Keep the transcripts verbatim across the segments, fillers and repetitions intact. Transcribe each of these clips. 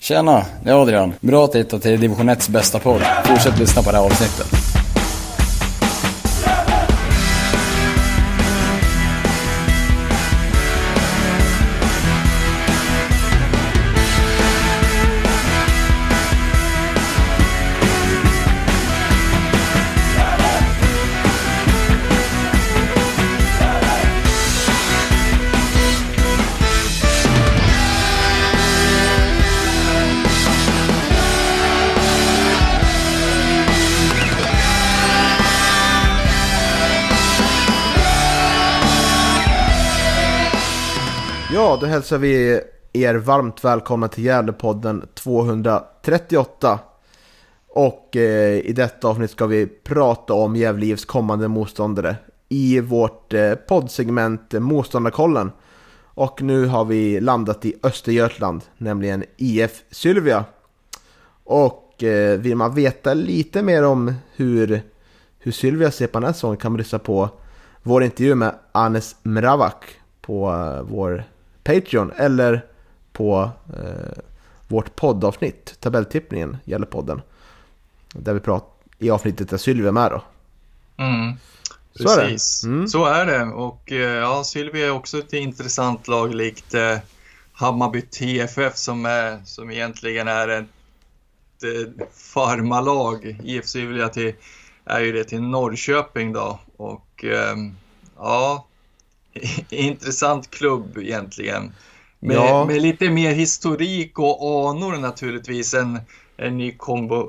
Tjena, det är Adrian. Bra att hitta till Division ett:s bästa podd. Fortsätt lyssna på det här avsnittet. Ja, då hälsar vi er varmt välkomna till Gävlepodden tvåhundratrettioåtta. Och eh, i detta avsnitt ska vi prata om Gävle I F:s kommande motståndare i vårt eh, poddsegment eh, Motståndarkollen. Och nu har vi landat i Östergötland, nämligen I F Sylvia. Och eh, vill man veta lite mer om hur, hur Sylvia ser på den här säsongen kan man lyssna på vår intervju med Anes Mravak på uh, vår Patreon eller på uh, vårt poddavsnitt, tabelltippningen gäller podden, där vi pratar i avsnittet där Sylvia är med då. Mm, så precis, är det. Mm. Så är det. Och uh, ja, Sylvia är också ett intressant lag likt uh, Hammarby T F F som, är, som egentligen är ett uh, farmalag. I F Sylvia till, är ju det till Norrköping då. Och um, ja, intressant klubb egentligen med, ja. med lite mer historik och anor naturligtvis än en ny kombo,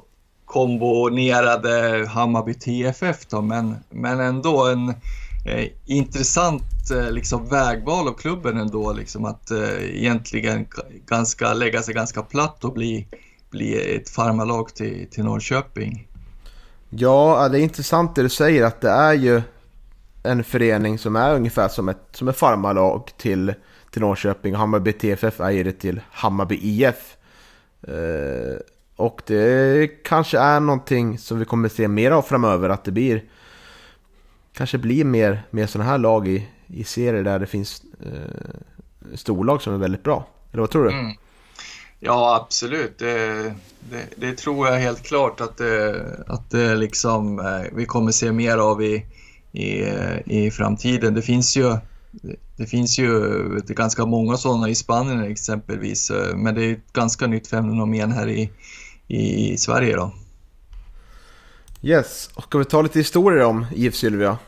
kombinerade Hammarby T F F då, men, men ändå en eh, intressant eh, liksom vägval av klubben ändå, liksom att eh, egentligen ganska, lägga sig ganska platt och bli, bli ett farmarlag till, till Norrköping. Ja, det är intressant det du säger, att det är ju en förening som är ungefär som ett, som ett farmarlag till, till Norrköping. Hammarby T F F är ju det till Hammarby I F. Eh, och det kanske är någonting som vi kommer se mer av framöver, att det blir kanske blir mer, mer sådana här lag i, i serier där det finns eh, storlag som är väldigt bra. Eller vad tror du? Mm. Ja, absolut. Det, det, det tror jag helt klart att det, att det liksom, eh, vi kommer se mer av i I, i framtiden. Det finns ju det finns ju vet, ganska många sådana i Spanien exempelvis, men det är ett ganska nytt fenomen här i, i Sverige då. Yes, och ska vi ta lite historia om I F Sylvia.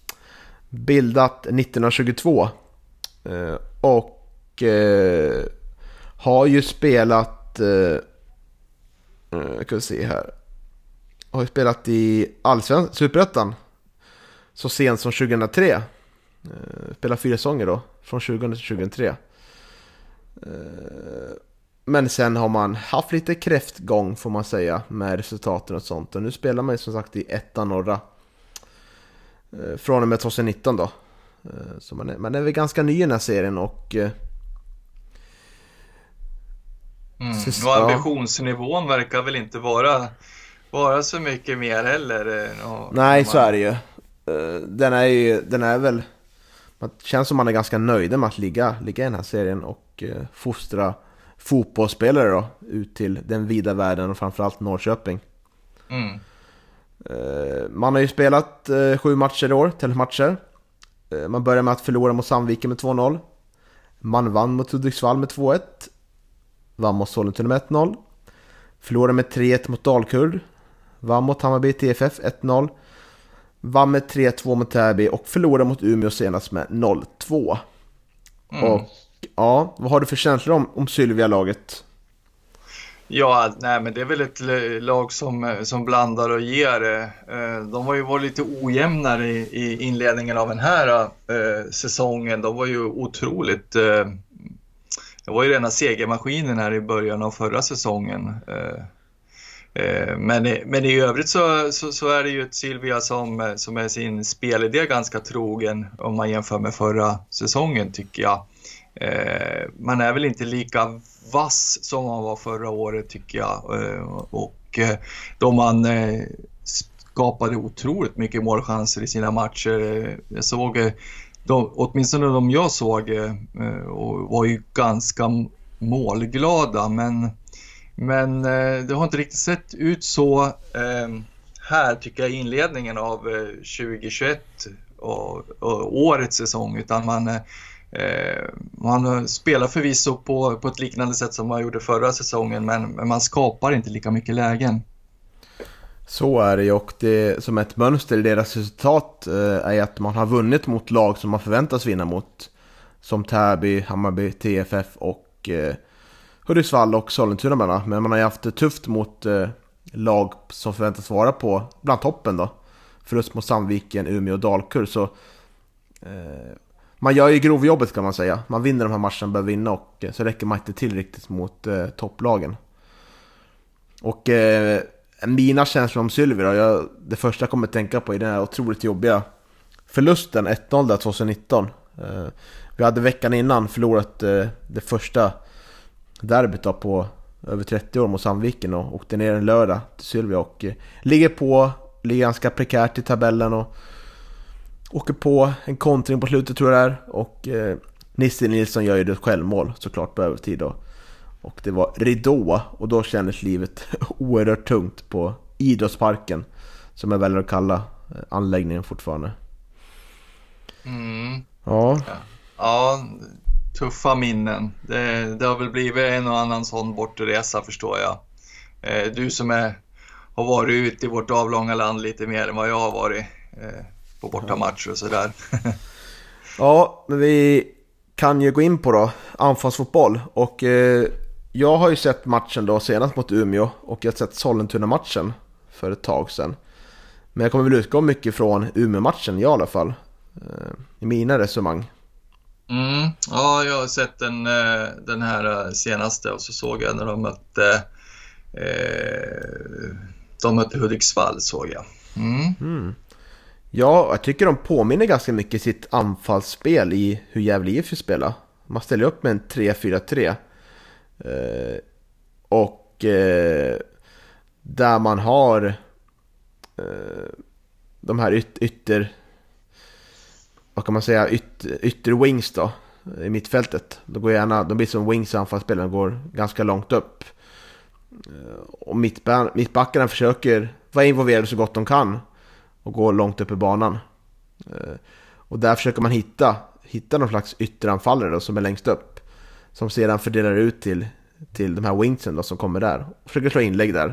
Bildat nittonhundratjugotvå eh, och eh, har ju spelat eh, kan vi se här har ju spelat i Allsvenskan, Superettan så sent som tjugohundratre. Uh, spelade fyra säsonger då, från tjugo till tjugohundratre. Uh, men sen har man haft lite kräftgång får man säga med resultaten och sånt. Och nu spelar man ju som sagt i ettan norra. Uh, från och med tjugonitton då. Uh, så man är, man är väl ganska ny i den här serien och... Uh, mm. Så, och ambitionsnivån verkar väl inte vara, vara så mycket mer heller. Uh, Nej, man... så är det ju. Den är ju, den är väl, man känns som man är ganska nöjd med att ligga, ligga i den här serien och uh, fostra fotbollsspelare då, ut till den vida världen och framförallt Norrköping. Mm. Uh, man har ju spelat uh, sju matcher i år, matcher. Uh, man börjar med att förlora mot Sandviken med två noll. Man vann mot Hudiksvall med två ett. Vann mot Sollentuna med ett noll. Förlorade med tre ett mot Dalkurd. Vann mot Hammarby T F F ett noll. Vann med tre två mot Täby och förlorade mot Umeå senast med noll två. Mm. Och ja, vad har du för känslor om, om Sylvia-laget? Ja, nej, men det är väl ett lag som, som blandar och ger. De var ju varit lite ojämnare i, i inledningen av den här eh, säsongen. De var ju otroligt... Eh, det var ju rena segermaskinen här i början av förra säsongen. Eh, Men, men i övrigt så, så, så är det ju ett Sylvia som, som är sin spelidé ganska trogen om man jämför med förra säsongen tycker jag. Eh, man är väl inte lika vass som man var förra året tycker jag. Eh, och då man eh, skapade otroligt mycket målchanser i sina matcher. Jag såg, de, åtminstone de jag såg, eh, och var ju ganska målglada, men Men eh, det har inte riktigt sett ut så eh, här tycker jag i inledningen av eh, tjugo tjugoett och, och årets säsong, utan man, eh, man spelar förvisso på, på ett liknande sätt som man gjorde förra säsongen, men, men man skapar inte lika mycket lägen. Så är det ju, och det som ett mönster i deras resultat eh, är att man har vunnit mot lag som man förväntas vinna mot, som Täby, Hammarby, T F F och eh, Hudiksvall och Sollentuna bland annat. Men man har ju haft det tufft mot eh, lag som förväntas vara på bland toppen då. Förlust mot Sandviken, Umeå och Dalkurd. Så eh, man gör ju grovjobbet kan man säga. Man vinner de här matcherna, bör vinna, och eh, så räcker man inte till riktigt mot eh, topplagen. Och eh, mina känslor om Sylvie då, jag, det första jag kommer att tänka på är den här otroligt jobbiga förlusten ett noll där tjugonitton. Eh, vi hade veckan innan förlorat eh, det första derbyt då på över trettio år mot Sandviken och åkte ner en lördag till Sylvia och eh, ligger på, ligger ganska prekärt i tabellen och åker på en kontring på slutet tror jag det är, och eh, Nisse Nilsson gör ju det självmål såklart på övertid då. Och det var ridå, och då kändes livet oerhört tungt på idrottsparken, som jag väljer att kalla anläggningen fortfarande. Mm. Ja. Ja, tuffa minnen. Det, det har väl blivit en och annan sån bortresa förstår jag. Eh, du som är, har varit ute i vårt avlånga land lite mer än vad jag har varit eh, på bortamatcher och sådär. Ja, men vi kan ju gå in på då anfallsfotboll, och eh, jag har ju sett matchen då senast mot Umeå, och jag har sett Sollentuna-matchen för ett tag sedan. Men jag kommer väl utgå mycket från Umeå-matchen i alla fall, eh, i mina resonemang. Mm, ja, jag har sett den, den här senaste, och så såg jag när de mötte eh, de mötte Hudiksvall såg jag. Mm. Mm. Ja, jag tycker de påminner ganska mycket i sitt anfallsspel i hur Gävle I F spelar. Man ställer upp med en tre fyra tre eh, och eh, där man har eh, de här yt- ytter vad kan man säga, yt- ytter wings då i mittfältet. Då går gärna, de blir som wings i anfallsspelen, går ganska långt upp. Och mittba- mittbackarna försöker vara involverade så gott de kan och gå långt upp i banan. Och där försöker man hitta hitta någon slags ytteranfallare då, som är längst upp, som sedan fördelar ut till, till de här wingsen då, som kommer där och försöker slå inlägg där.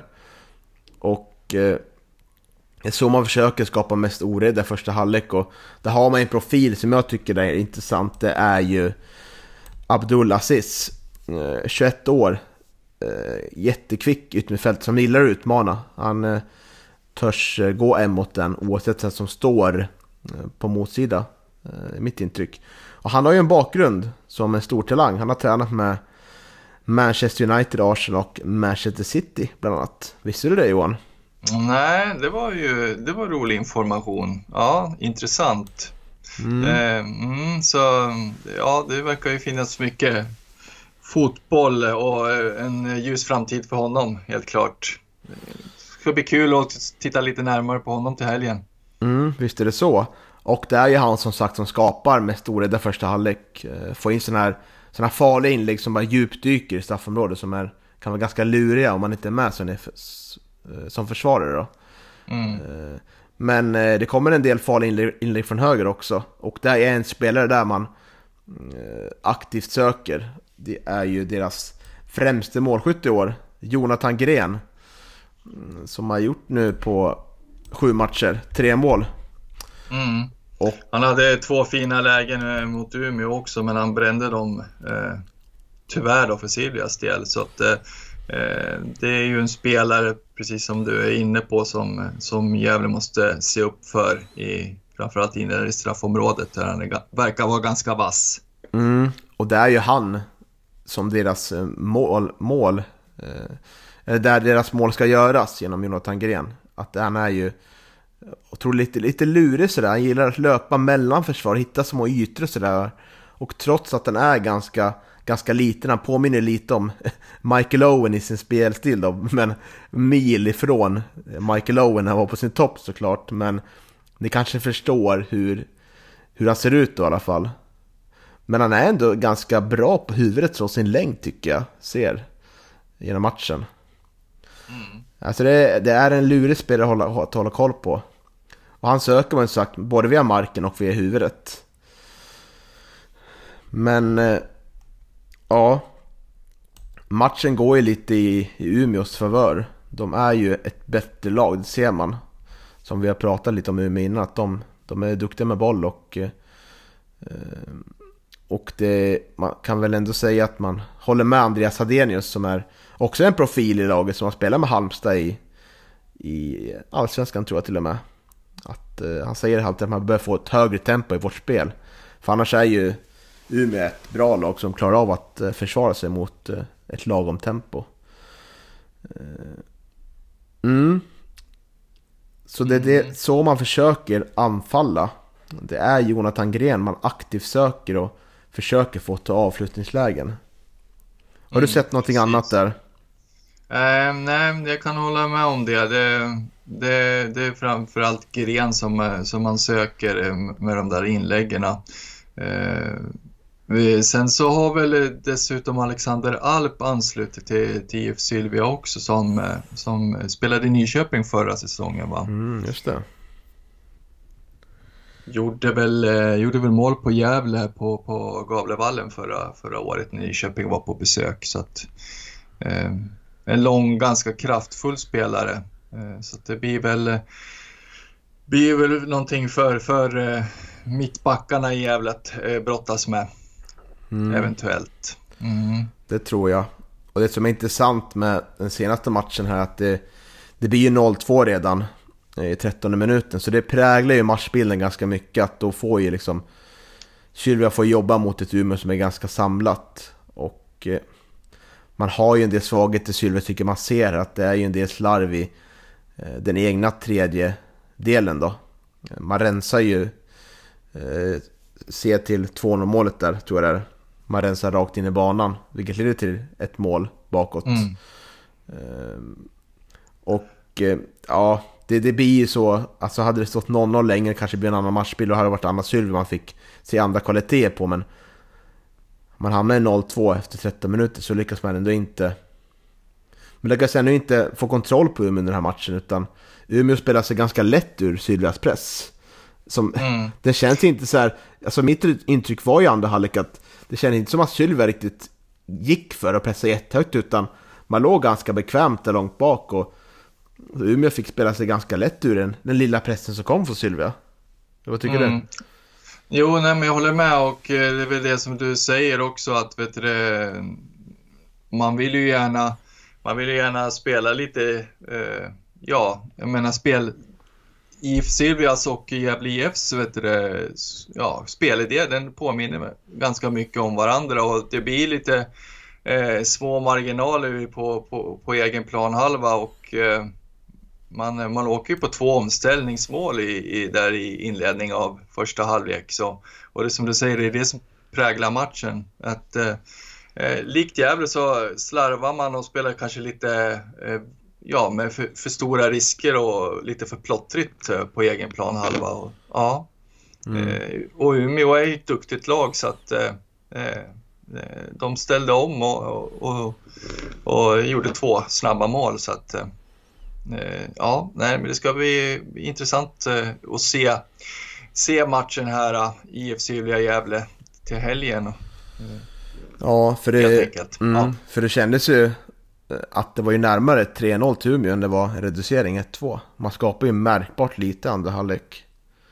Och eh, så man försöker skapa mest oreda första halvlek, och där har man en profil som jag tycker är intressant. Det är ju Abdul Aziz, eh, tjugoett år, eh, jättekvick yttermittfält som gillar att utmana. Han eh, törs eh, gå en mot den oavsett vem som står eh, på motsida, eh, mitt intryck. Och han har ju en bakgrund som en stor talang. Han har tränat med Manchester United, Arsenal och Manchester City bland annat. Visste du det, Johan? Nej, det var ju det var rolig information. Ja, intressant. Mm. Eh, mm, så ja, det verkar ju finnas mycket fotboll och en ljus framtid för honom, helt klart. Det ska bli kul att titta lite närmare på honom till helgen. Mm, visst är det så. Och det är ju han som sagt som skapar med storrädda första halvlek. Få in sådana här, såna här farliga inlägg som bara djupdyker i straffområdet, som är, kan vara ganska luriga om man inte är med som, är, som försvarare då. Mm. Men det kommer en del farliga inlägg, inlägg från höger också. Och det är en spelare där man aktivt söker. Det är ju deras främste målskytt i år, Jonathan Gren, som har gjort nu på sju matcher tre mål. Mm. Och han hade två fina lägen mot Umeå också, men han brände dem eh, tyvärr då för Silvias del. Så att eh, det är ju en spelare, precis som du är inne på, som, som Gävle måste se upp för, i, framförallt inne i straffområdet där han är, verkar vara ganska vass. Mm. Och det är ju han som deras mål, mål eh, där deras mål ska göras genom Jonathan Gren. Att han är ju och tror lite, lite lurig sådär. Han gillar att löpa mellan försvar, hitta små ytor sådär. Och trots att den är ganska, ganska liten, han påminner lite om Michael Owen i sin spelstil då, men mil ifrån Michael Owen, han var på sin topp såklart. Men ni kanske förstår hur, hur han ser ut då i alla fall. Men han är ändå ganska bra på huvudet trots sin längd, tycker jag. Ser genom matchen. Mm. Alltså det, det är en lurig spelare att hålla, att hålla koll på. Och han söker man sagt både via marken och via huvudet. Men eh, ja, matchen går ju lite i, i Umeås favör. De är ju ett bättre lag, det ser man. Som vi har pratat lite om Umeå innan, att de, de är duktiga med boll. Och, eh, och det, man kan väl ändå säga att man håller med Andreas Hadenius, som är också en profil i laget, som har spelat med Halmstad i, i Allsvenskan tror jag till och med. Att, eh, han säger alltid att man bör få ett högre tempo i vårt spel. För annars är ju Umeå ett bra lag som klarar av att eh, försvara sig mot eh, ett lagom tempo. Mm. Så det är det, så man försöker anfalla. Det är Jonathan Gren man aktivt söker och försöker få ta avslutningslägen. Har du Mm, sett någonting precis. annat där? Eh, nej, jag kan hålla med om det. Det, det, det är framförallt Gren som, som man söker med de där inläggen. Eh, vi, sen så har väl dessutom Alexander Alp anslutit till, till I F Sylvia också, som, som spelade i Nyköping förra säsongen, va? Mm, just det. Gjorde väl, eh, gjorde väl mål på Gävle på, på Gavlevallen förra, förra året när Nyköping var på besök. Så att, eh, en lång, ganska kraftfull spelare. Eh, så att det blir väl, blir väl någonting för, för eh, mittbackarna i Gävle att eh, brottas med. Mm. Eventuellt. Mm. Det tror jag. Och det som är intressant med den senaste matchen här, att det, det blir ju noll två redan i trettonde minuten, så det präglar ju matchbilden ganska mycket, att då får ju liksom Sylvia får jobba mot ett Umeå som är ganska samlat, och eh, man har ju en del svagheter i Sylvia, tycker man ser att det är ju en del slarv i eh, den egna tredje delen då. Man rensar ju eh, ser till två noll målet där, tror jag det är. Man rensar rakt in i banan, vilket leder till ett mål bakåt. Mm. Eh, och eh, ja, Det, det blir ju så, alltså hade det stått noll noll längre kanske blir en annan matchbild och hade det varit annat Sylvia man fick se andra kvaliteter på, men man hamnar i noll två efter tretton minuter, så lyckas man ändå inte men lyckas ändå inte få kontroll på Umeå under den här matchen, utan Umeå spelar sig ganska lätt ur Sylvias press. Som, mm. Det känns inte så här, alltså mitt intryck var ju andra halvlek att det kändes inte som att Sylvia riktigt gick för att pressa jättehögt, utan man låg ganska bekvämt där långt bak, och Umeå fick spela sig ganska lätt ur den, den lilla pressen som kom från Sylvia. Vad tycker mm. du? Jo, nej, men jag håller med, och det är väl det som du säger också, att vet du, man vill ju gärna man vill ju gärna spela lite eh, ja, jag menar spel I F Sylvias och Gävle I Fs vet du, ja, spelidé, den påminner ganska mycket om varandra, och det blir lite eh, små marginaler på, på, på egen planhalva, och eh, Man, man åker ju på två omställningsmål i, i, där i inledning av första halvlek. Så, och det som du säger, det är det som präglar matchen. Att, eh, likt Gävle så slarvar man och spelar kanske lite eh, ja, med för, för stora risker och lite för plottrigt eh, på egen planhalva. Och, ja. mm. eh, och Umeå är ett duktigt lag, så att eh, de ställde om och, och, och, och gjorde två snabba mål, så att eh, ja, nej, men det ska bli intressant att se, se matchen här I F Sylvia Gävle till helgen. Ja, för det, mm, ja. för det kändes ju att det var ju närmare tre noll till Umeå än det var reducering ett två. Man skapar ju märkbart lite andra halvlek.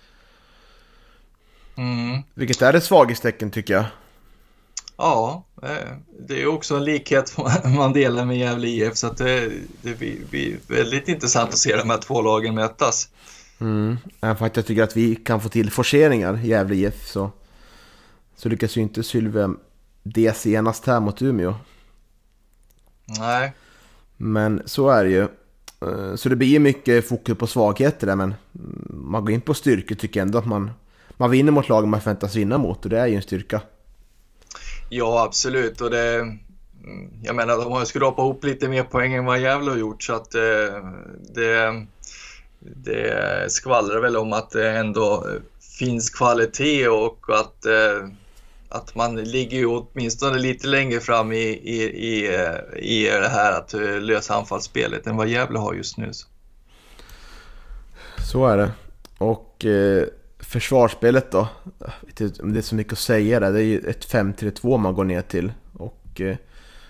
Mm. Vilket är ett svaghetstecken, tycker jag. Ja, det är också en likhet man delar med Gävle I F, så att det, det blir väldigt intressant att se de här två lagen mötas. Mm. För att jag tycker att vi kan få till forceringar i Gävle I F, så, så lyckas ju inte Sylvia det senast här mot Umeå. Nej. Men så är det ju. Så det blir mycket fokus på svagheter där, men man går in på styrkor, tycker jag ändå att man, man vinner mot lagen man förväntas vinna mot, och det är ju en styrka. Ja, absolut, och det, jag menar, de har skrapat ihop lite mer poäng än vad Gävle har gjort, så att det, det skvallrar väl om att det ändå finns kvalitet, och att att man ligger ju åtminstone lite längre fram i, i, i, i det här att lösa anfallsspelet än vad Gävle har just nu. Så är det. Och eh, försvarsspelet då, jag vet inte om det är så mycket att säga där. Det är ju ett fem tre två man går ner till. Och eh,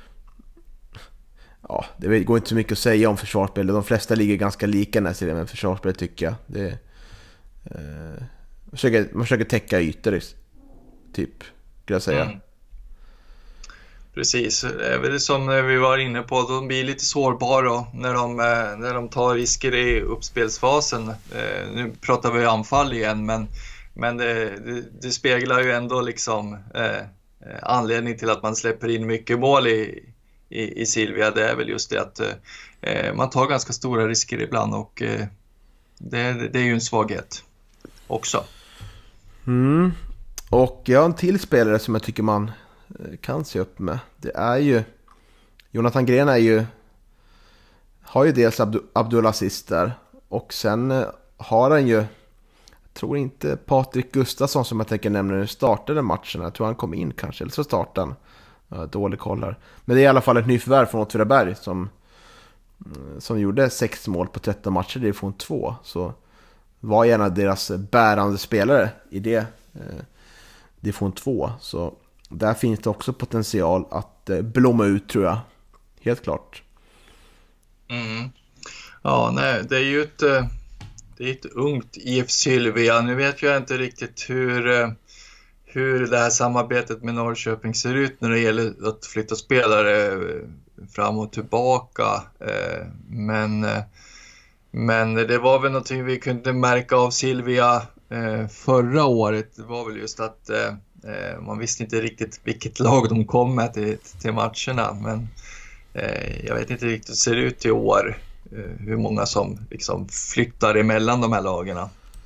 ja, det går inte så mycket att säga om försvarsspelet. De flesta ligger ganska lika den här serien, men försvarsspelet tycker jag det, eh, man, försöker, man försöker täcka ytor typ, skulle jag säga. Mm. Precis, det är väl som vi var inne på, de blir lite sårbara när de, när de tar risker i uppspelsfasen. Nu pratar vi anfall igen, men, men det, det, det speglar ju ändå liksom eh, anledning till att man släpper in mycket mål i, i, i Silvia. Det är väl just det att eh, man tar ganska stora risker ibland, och eh, det, det är ju en svaghet också. Mm. Och jag har en till spelare som jag tycker man kan se upp med. Det är ju Jonathan Gren är ju har ju dels Abdu- Abdulaziz där, och sen har han ju, jag tror inte Patrik Gustafsson som jag tänker nämna nu startade matchen. Jag tror han kom in kanske, eller så startade han. Dålig koll här. Men det är i alla fall ett nyförvärv från Åtvidaberg som som gjorde sex mål på tretton matcher i division två, så var gärna deras bärande spelare i det eh, division två, så där finns det också potential att eh, blomma ut, tror jag. Helt klart. Mm. Ja, nej, det är ju ett, det är ett ungt I F Sylvia. Nu vet jag inte riktigt hur, hur det här samarbetet med Norrköping ser ut när det gäller att flytta spelare fram och tillbaka. Men, men det var väl någonting vi kunde märka av Sylvia förra året. Det var väl just att man visste inte riktigt vilket lag de kom med till, till matcherna, men eh, jag vet inte riktigt hur det ser ut i år, eh, hur många som liksom flyttar emellan de här lagarna.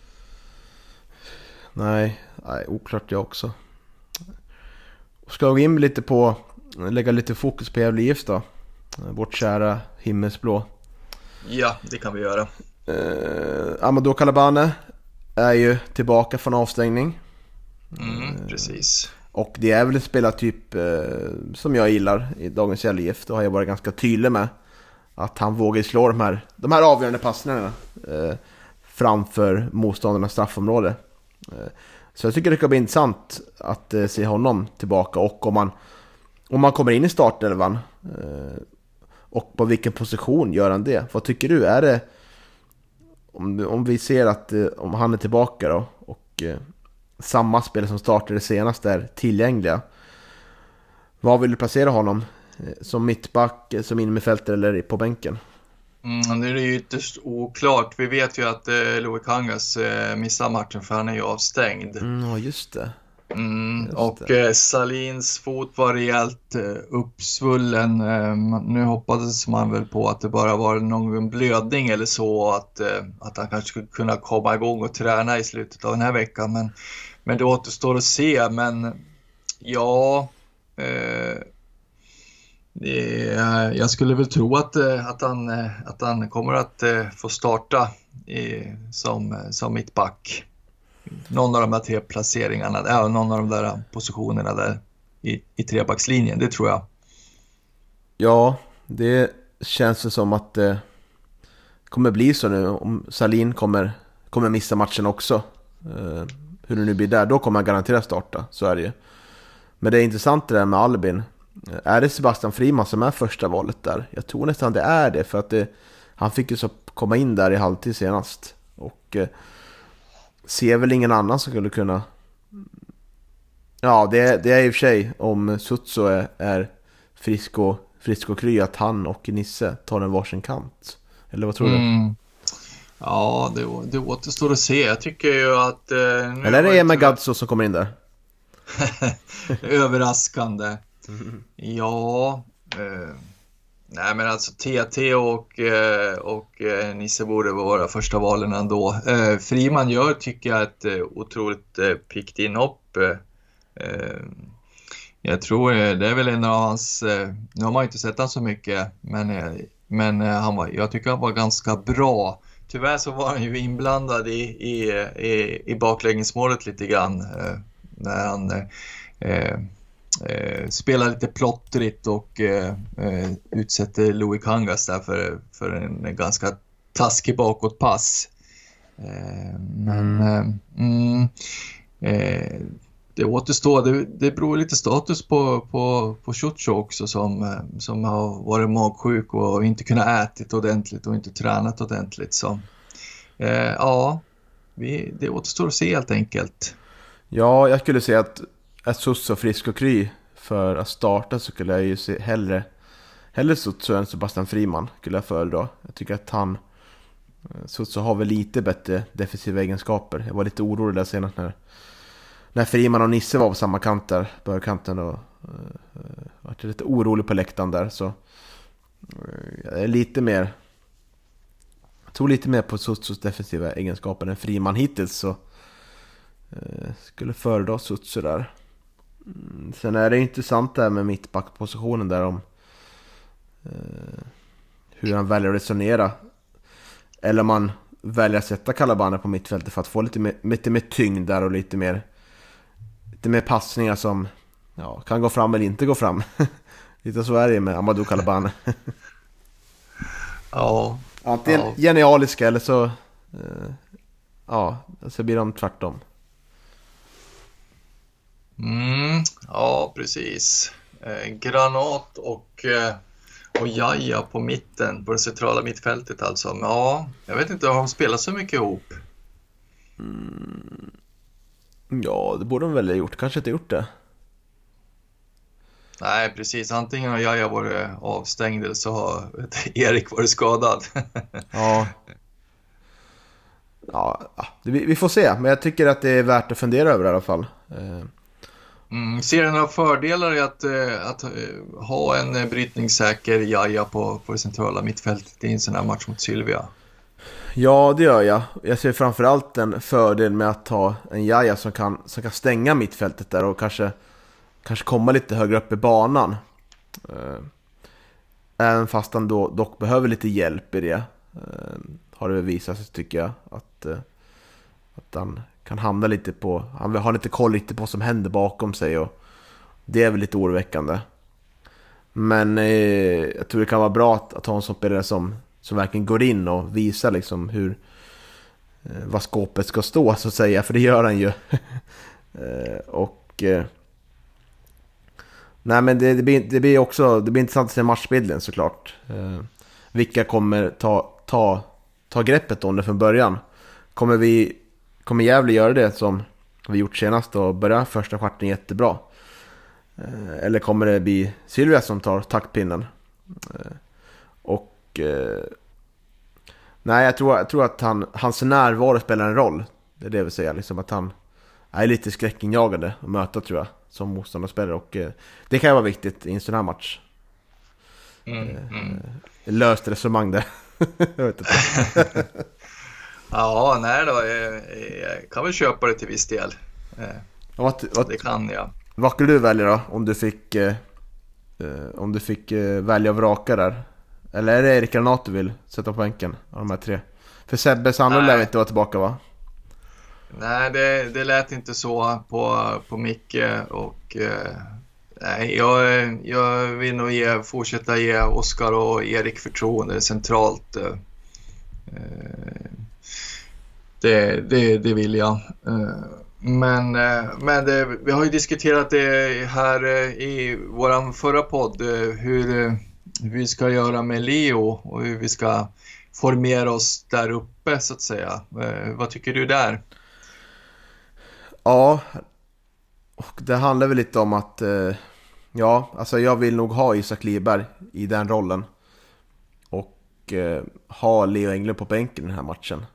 Nej, nej, oklart jag också. Ska vi in lite på, lägga lite fokus på Gävle I F då, vårt kära himmelsblå. Ja, det kan vi göra. eh, Amadou Kalabane är ju tillbaka från avstängning. Mm, precis. Och det är väl en spelartyp eh, som jag gillar i dagens Gävle I F. Då har jag varit ganska tydlig med att han vågar slå de här, de här avgörande passningarna eh, framför motståndarnas straffområde. Eh, så jag tycker det kan bli intressant att eh, se honom tillbaka, och om man, om man kommer in i startelvan eh, och på vilken position gör han det? Vad tycker du? Är det om, om vi ser att eh, om han är tillbaka då, och eh, samma spel som startade senast är tillgängliga, vad vill du placera honom? Som mittback, som innermittfältare eller på bänken? Mm, det är ju ytterst oklart. Vi vet ju att eh, Louis Kangas eh, missar matchen för han är ju avstängd. Mm, ja, just det. Mm, just och det. Eh, Salins fot var rejält eh, uppsvullen. Eh, nu hoppades man väl på att det bara var någon blödning eller så, att, eh, att han kanske skulle kunna komma igång och träna i slutet av den här veckan. Men, men det återstår att se. Men ja... Eh, Det, jag skulle väl tro att, att, han, att han kommer att få starta i, som, som mittback. Någon av de där tre placeringarna, ja, någon av de där positionerna där i, i trebackslinjen, det tror jag. Ja, det känns som att det kommer bli så nu. Om Salin kommer, kommer missa matchen också, eh, hur det nu blir där, då kommer han garanterat starta, så är det ju. Men det är intressant det där med Albin. Är det Sebastian Friman som är första valet där? Jag tror nästan det är det, för att det, han fick ju så komma in där i halvtid senast, och eh, ser väl ingen annan som skulle kunna. Ja, det, det är i och för sig, om Sutso är, är frisk och, frisk och kry, att han och Nisse tar en varsin kant. Eller vad tror du? Mm. Ja, det, det återstår att se. Jag tycker ju att eh, nu eller är det Emma Gadzo som kommer in där? Överraskande. Mm. Ja, eh, nej men alltså T T och, eh, och eh, Nisse borde vara första valen ändå. Eh, Friman gör, tycker jag, ett eh, otroligt eh, pickt inhopp. Eh, jag tror eh, det är väl en av hans, eh, nu har man inte sett han så mycket, men, eh, men eh, han var, jag tycker han var ganska bra. Tyvärr så var han ju inblandad i, i, i, i bakläggningsmålet lite grann, eh, när han... Eh, eh, eh, spelar lite plottrigt och eh, eh, utsätter Louis Kangas där för, för en ganska taskig bakåtpass. Eh, men mm. Mm, eh, det återstår, det, det beror lite status på, på, på Ciuccio också som, som har varit magsjuk och inte kunnat ätit ordentligt och inte tränat ordentligt. Så eh, ja, vi, det återstår att se helt enkelt. Ja, jag skulle säga att är Susso frisk och kry för att starta så skulle jag ju se hellre hellre Susso än Sebastian Friman skulle jag föredra. Jag tycker att han Susso har väl lite bättre defensiva egenskaper. Jag var lite orolig där senast när när Friman och Nisse var på samma kant där, börkanten, och uh, var lite orolig på läktaren där, så uh, jag är lite mer jag tror lite mer på Sussos defensiva egenskaper än Friman hittills, så uh, skulle föredra Susso där. Mm, sen är det intressant där med mittbackpositionen där om uh, hur han väljer att resonera, eller om man väljer att sätta Calabane på mittfältet för att få lite mer, lite mer tyngd där och lite mer lite mer passningar som ja, kan gå fram eller inte gå fram. Lite så är det med Amadou Calabane. Ja. Antingen ja. genialiska eller så eh, ja, så blir de tvärtom. Mm, ja, precis. Eh, Granat och eh, och Jaja på mitten, på det centrala mittfältet alltså. Men, ja, jag vet inte om de spelar så mycket ihop. Mm. Ja, det borde de väl ha gjort. Kanske inte gjort det. Nej, precis. Antingen har Jaja varit avstängd eller så har Erik varit skadad. Ja. Ja, vi, vi får se. Men jag tycker att det är värt att fundera över i alla fall. Mm, ser du några fördelar i att, att ha en brytningssäker Jaja på, på det centrala mittfältet i en sån här match mot Sylvia? Ja, det gör jag. Jag ser framförallt en fördel med att ha en Jaja som kan, som kan stänga mittfältet där och kanske, kanske komma lite högre upp i banan. Även fast han då, dock behöver lite hjälp i det. Har det visat sig, tycker jag, att, att han kan hamna lite på, han har lite koll lite på vad som händer bakom sig, och det är väl lite oroväckande. Men eh, jag tror det kan vara bra att, att ha en sån spelare som, som verkligen går in och visar liksom hur eh, vad skåpet ska stå, så att säga, för det gör han ju. eh, och eh, nej, men det, det, blir, det blir också det blir intressant att se matchbilden såklart. Eh, vilka kommer ta, ta, ta greppet om det från början? Kommer vi Kommer Gävle göra det som vi gjort senast och börja första kvarten jättebra? Eller kommer det bli Sylvia som tar taktpinnen? Och nej, jag tror, jag tror att han, hans närvaro spelar en roll. Det är det jag vill säga, liksom att han är lite skräckinjagande att möta, tror jag, som motståndarspelare, och det kan ju vara viktigt i en sån här match. Mm, mm. Löst resonemang där. Jag vet inte. Ja, nej då, jag, jag kan väl köpa det till viss del. Vad, vad, det kan jag. Vad skulle du välja då, om du fick eh, om du fick eh, välja och vraka där? Eller är det Erik Granat du vill sätta på bänken av de här tre? För Sebbe Sandholm lär inte vara tillbaka, va? Nej, det, det lät inte så på, på Micke, och eh, nej, jag, jag vill nog ge, fortsätta ge Oskar och Erik förtroende centralt. Eh, Det, det, det vill jag. Men, men det, vi har ju diskuterat det här i våran förra podd, hur, hur vi ska göra med Leo och hur vi ska formera oss där uppe, så att säga. Vad tycker du där? Ja, och det handlar väl lite om att ja, alltså jag vill nog ha Isak Liberg i den rollen och ha Leo Englund på bänken i den här matchen.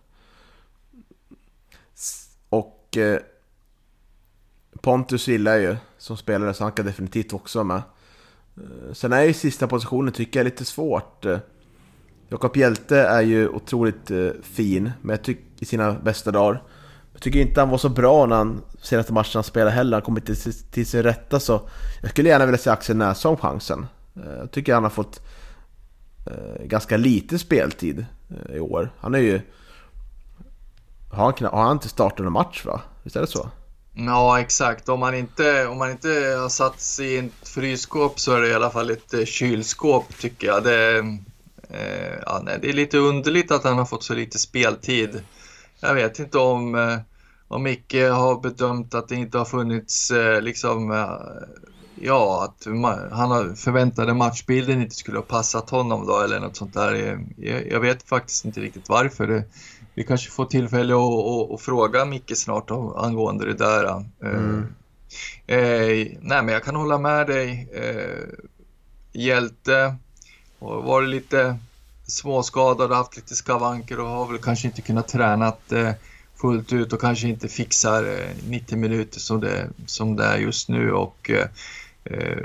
Och eh, Pontus gillar ju som spelare, så han kan definitivt också med. Eh, sen är ju sista positionen, tycker jag, lite svårt. Eh, Jakob Hjälte är ju otroligt eh, fin, men jag tycker i sina bästa dagar. Jag tycker inte han var så bra när han senaste matchen han spelade heller. Han kom inte till, till sin rätta, så jag skulle gärna vilja se Axel Näsholm chansen. Eh, jag tycker han har fått eh, ganska lite speltid eh, i år. Han är ju Har han, har han inte startat någon match, va? Visst är det så? Ja, exakt. Om man inte, om man inte har satt sig i ett frysskåp så är det i alla fall ett kylskåp, tycker jag. Det, eh, ja, nej, det är lite underligt att han har fått så lite speltid. Jag vet inte om, eh, om Micke har bedömt att det inte har funnits eh, liksom, eh, ja, att ma- han har förväntade matchbilden inte skulle ha passat honom då eller något sånt där. Jag, jag vet faktiskt inte riktigt varför. Det, vi kanske får tillfälle att, att, att fråga Micke snart om, angående det där. Mm. Eh, eh, nej, men jag kan hålla med dig. Eh, Hjälte har varit lite småskadad och haft lite skavanker och har väl kanske inte kunnat träna eh, fullt ut och kanske inte fixar eh, nittio minuter som det, som det är just nu. Och eh, eh,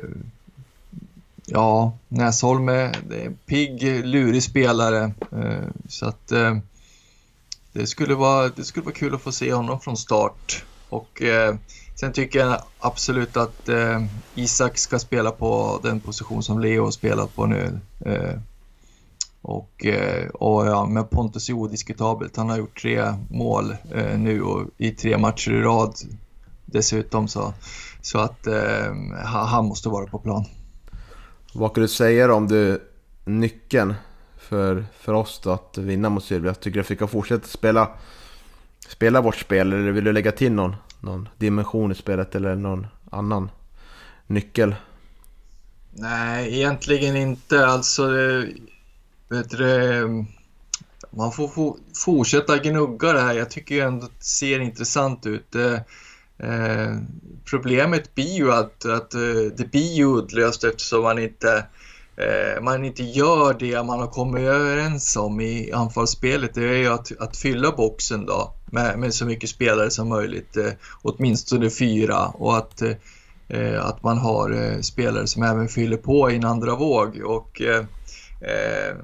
ja, Näsholm är, det är en pigg, lurig spelare. Eh, så att eh, det, skulle vara, det skulle vara kul att få se honom från start. Och eh, sen tycker jag absolut att eh, Isak ska spela på den position som Leo har spelat på nu. Eh, och och ja, med Pontus är odiskutabelt. Han har gjort tre mål eh, nu och i tre matcher i rad dessutom. Så, så att eh, han måste vara på plan. Vad kan du säga om du nyckeln för, för oss då att vinna mot Sylvia? Tycker du att vi kan fortsätta spela, spela vårt spel eller vill du lägga till någon, någon dimension i spelet eller någon annan nyckel? Nej, egentligen inte. Alltså, det, vet du, man får for, fortsätta gnugga det här. Jag tycker ju ändå att det ser intressant ut. Det, eh, problemet blir ju att, att det blir ju uddlöst eftersom man inte Eh, man inte gör det man har kommit överens om i anfallsspelet. Det är ju att, att fylla boxen då med, med så mycket spelare som möjligt, eh, åtminstone fyra, och att, eh, att man har eh, spelare som även fyller på i en andra våg. Och eh, eh,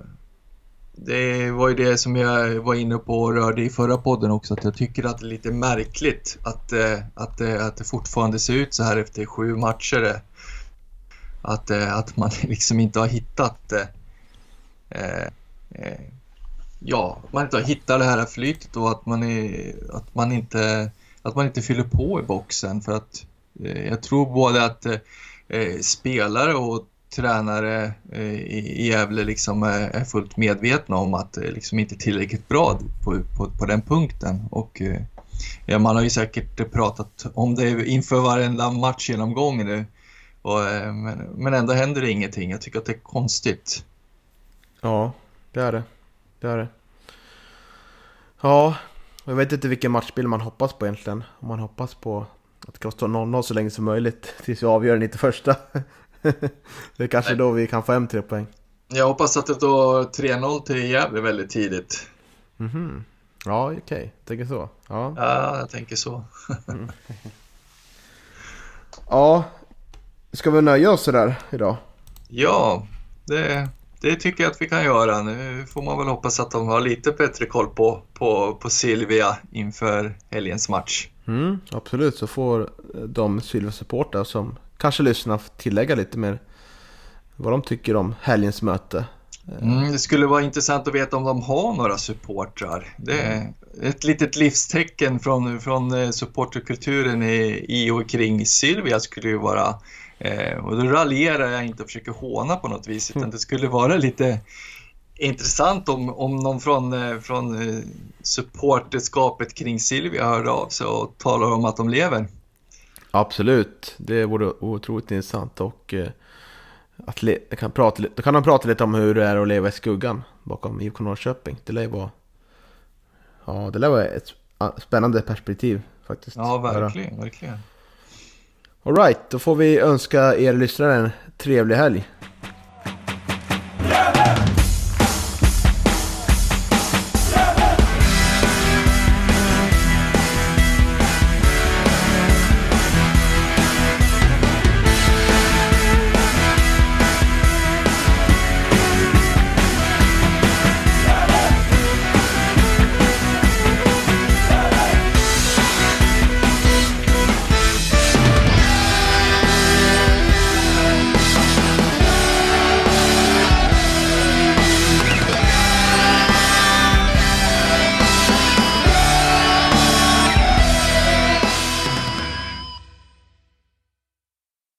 det var ju det som jag var inne på och rörde i förra podden också, att jag tycker att det är lite märkligt att, eh, att, eh, att det fortfarande ser ut så här efter sju matcher. Att, att man liksom inte har hittat eh, eh, ja, man inte har hittat det här flytet och att man, är, att man, inte, att man inte fyller på i boxen. För att eh, jag tror både att eh, spelare och tränare eh, i Gävle liksom är, är fullt medvetna om att det liksom inte är tillräckligt bra på, på, på den punkten. Och eh, ja, man har ju säkert pratat om det inför varenda matchgenomgång nu. Och, men, men ändå händer det ingenting. Jag tycker att det är konstigt. Ja, det är det. Det är det. Ja, jag vet inte vilken matchbild man hoppas på egentligen. Om man hoppas på att det kan stå noll noll så länge som möjligt tills vi avgör den i första. Det är kanske Nej. Då vi kan få hem tre poäng. Jag hoppas att det står tre noll till Gävle väldigt tidigt. Mhm. Ja, okej. Okay. Tänker så. Ja. Ja, jag tänker så. Mm. Ja. Ska vi nöja oss där idag? Ja, det, det tycker jag att vi kan göra. Nu får man väl hoppas att de har lite bättre koll på, på, på Sylvia inför helgens match. Mm, absolut, så får de Sylvia-supportrar som kanske lyssnar tillägga lite mer vad de tycker om helgens möte. Mm, det skulle vara intressant att veta om de har några supportrar. Det är ett litet livstecken från, från supporterkulturen i, i och kring Sylvia skulle ju vara. Eh, och då raljerar jag inte och försöker håna på något vis, utan det skulle vara lite intressant om, om någon från, eh, från eh, supporterskapet kring Sylvia hörde av sig och talar om att de lever. Absolut, det vore otroligt intressant. Och eh, att le- kan prata, då kan de prata lite om hur det är att leva i skuggan bakom I F K Norrköping. Det lär vara, ja, det lär vara ett spännande perspektiv faktiskt. Ja, verkligen, verkligen. All right, då får vi önska er lyssnare en trevlig helg.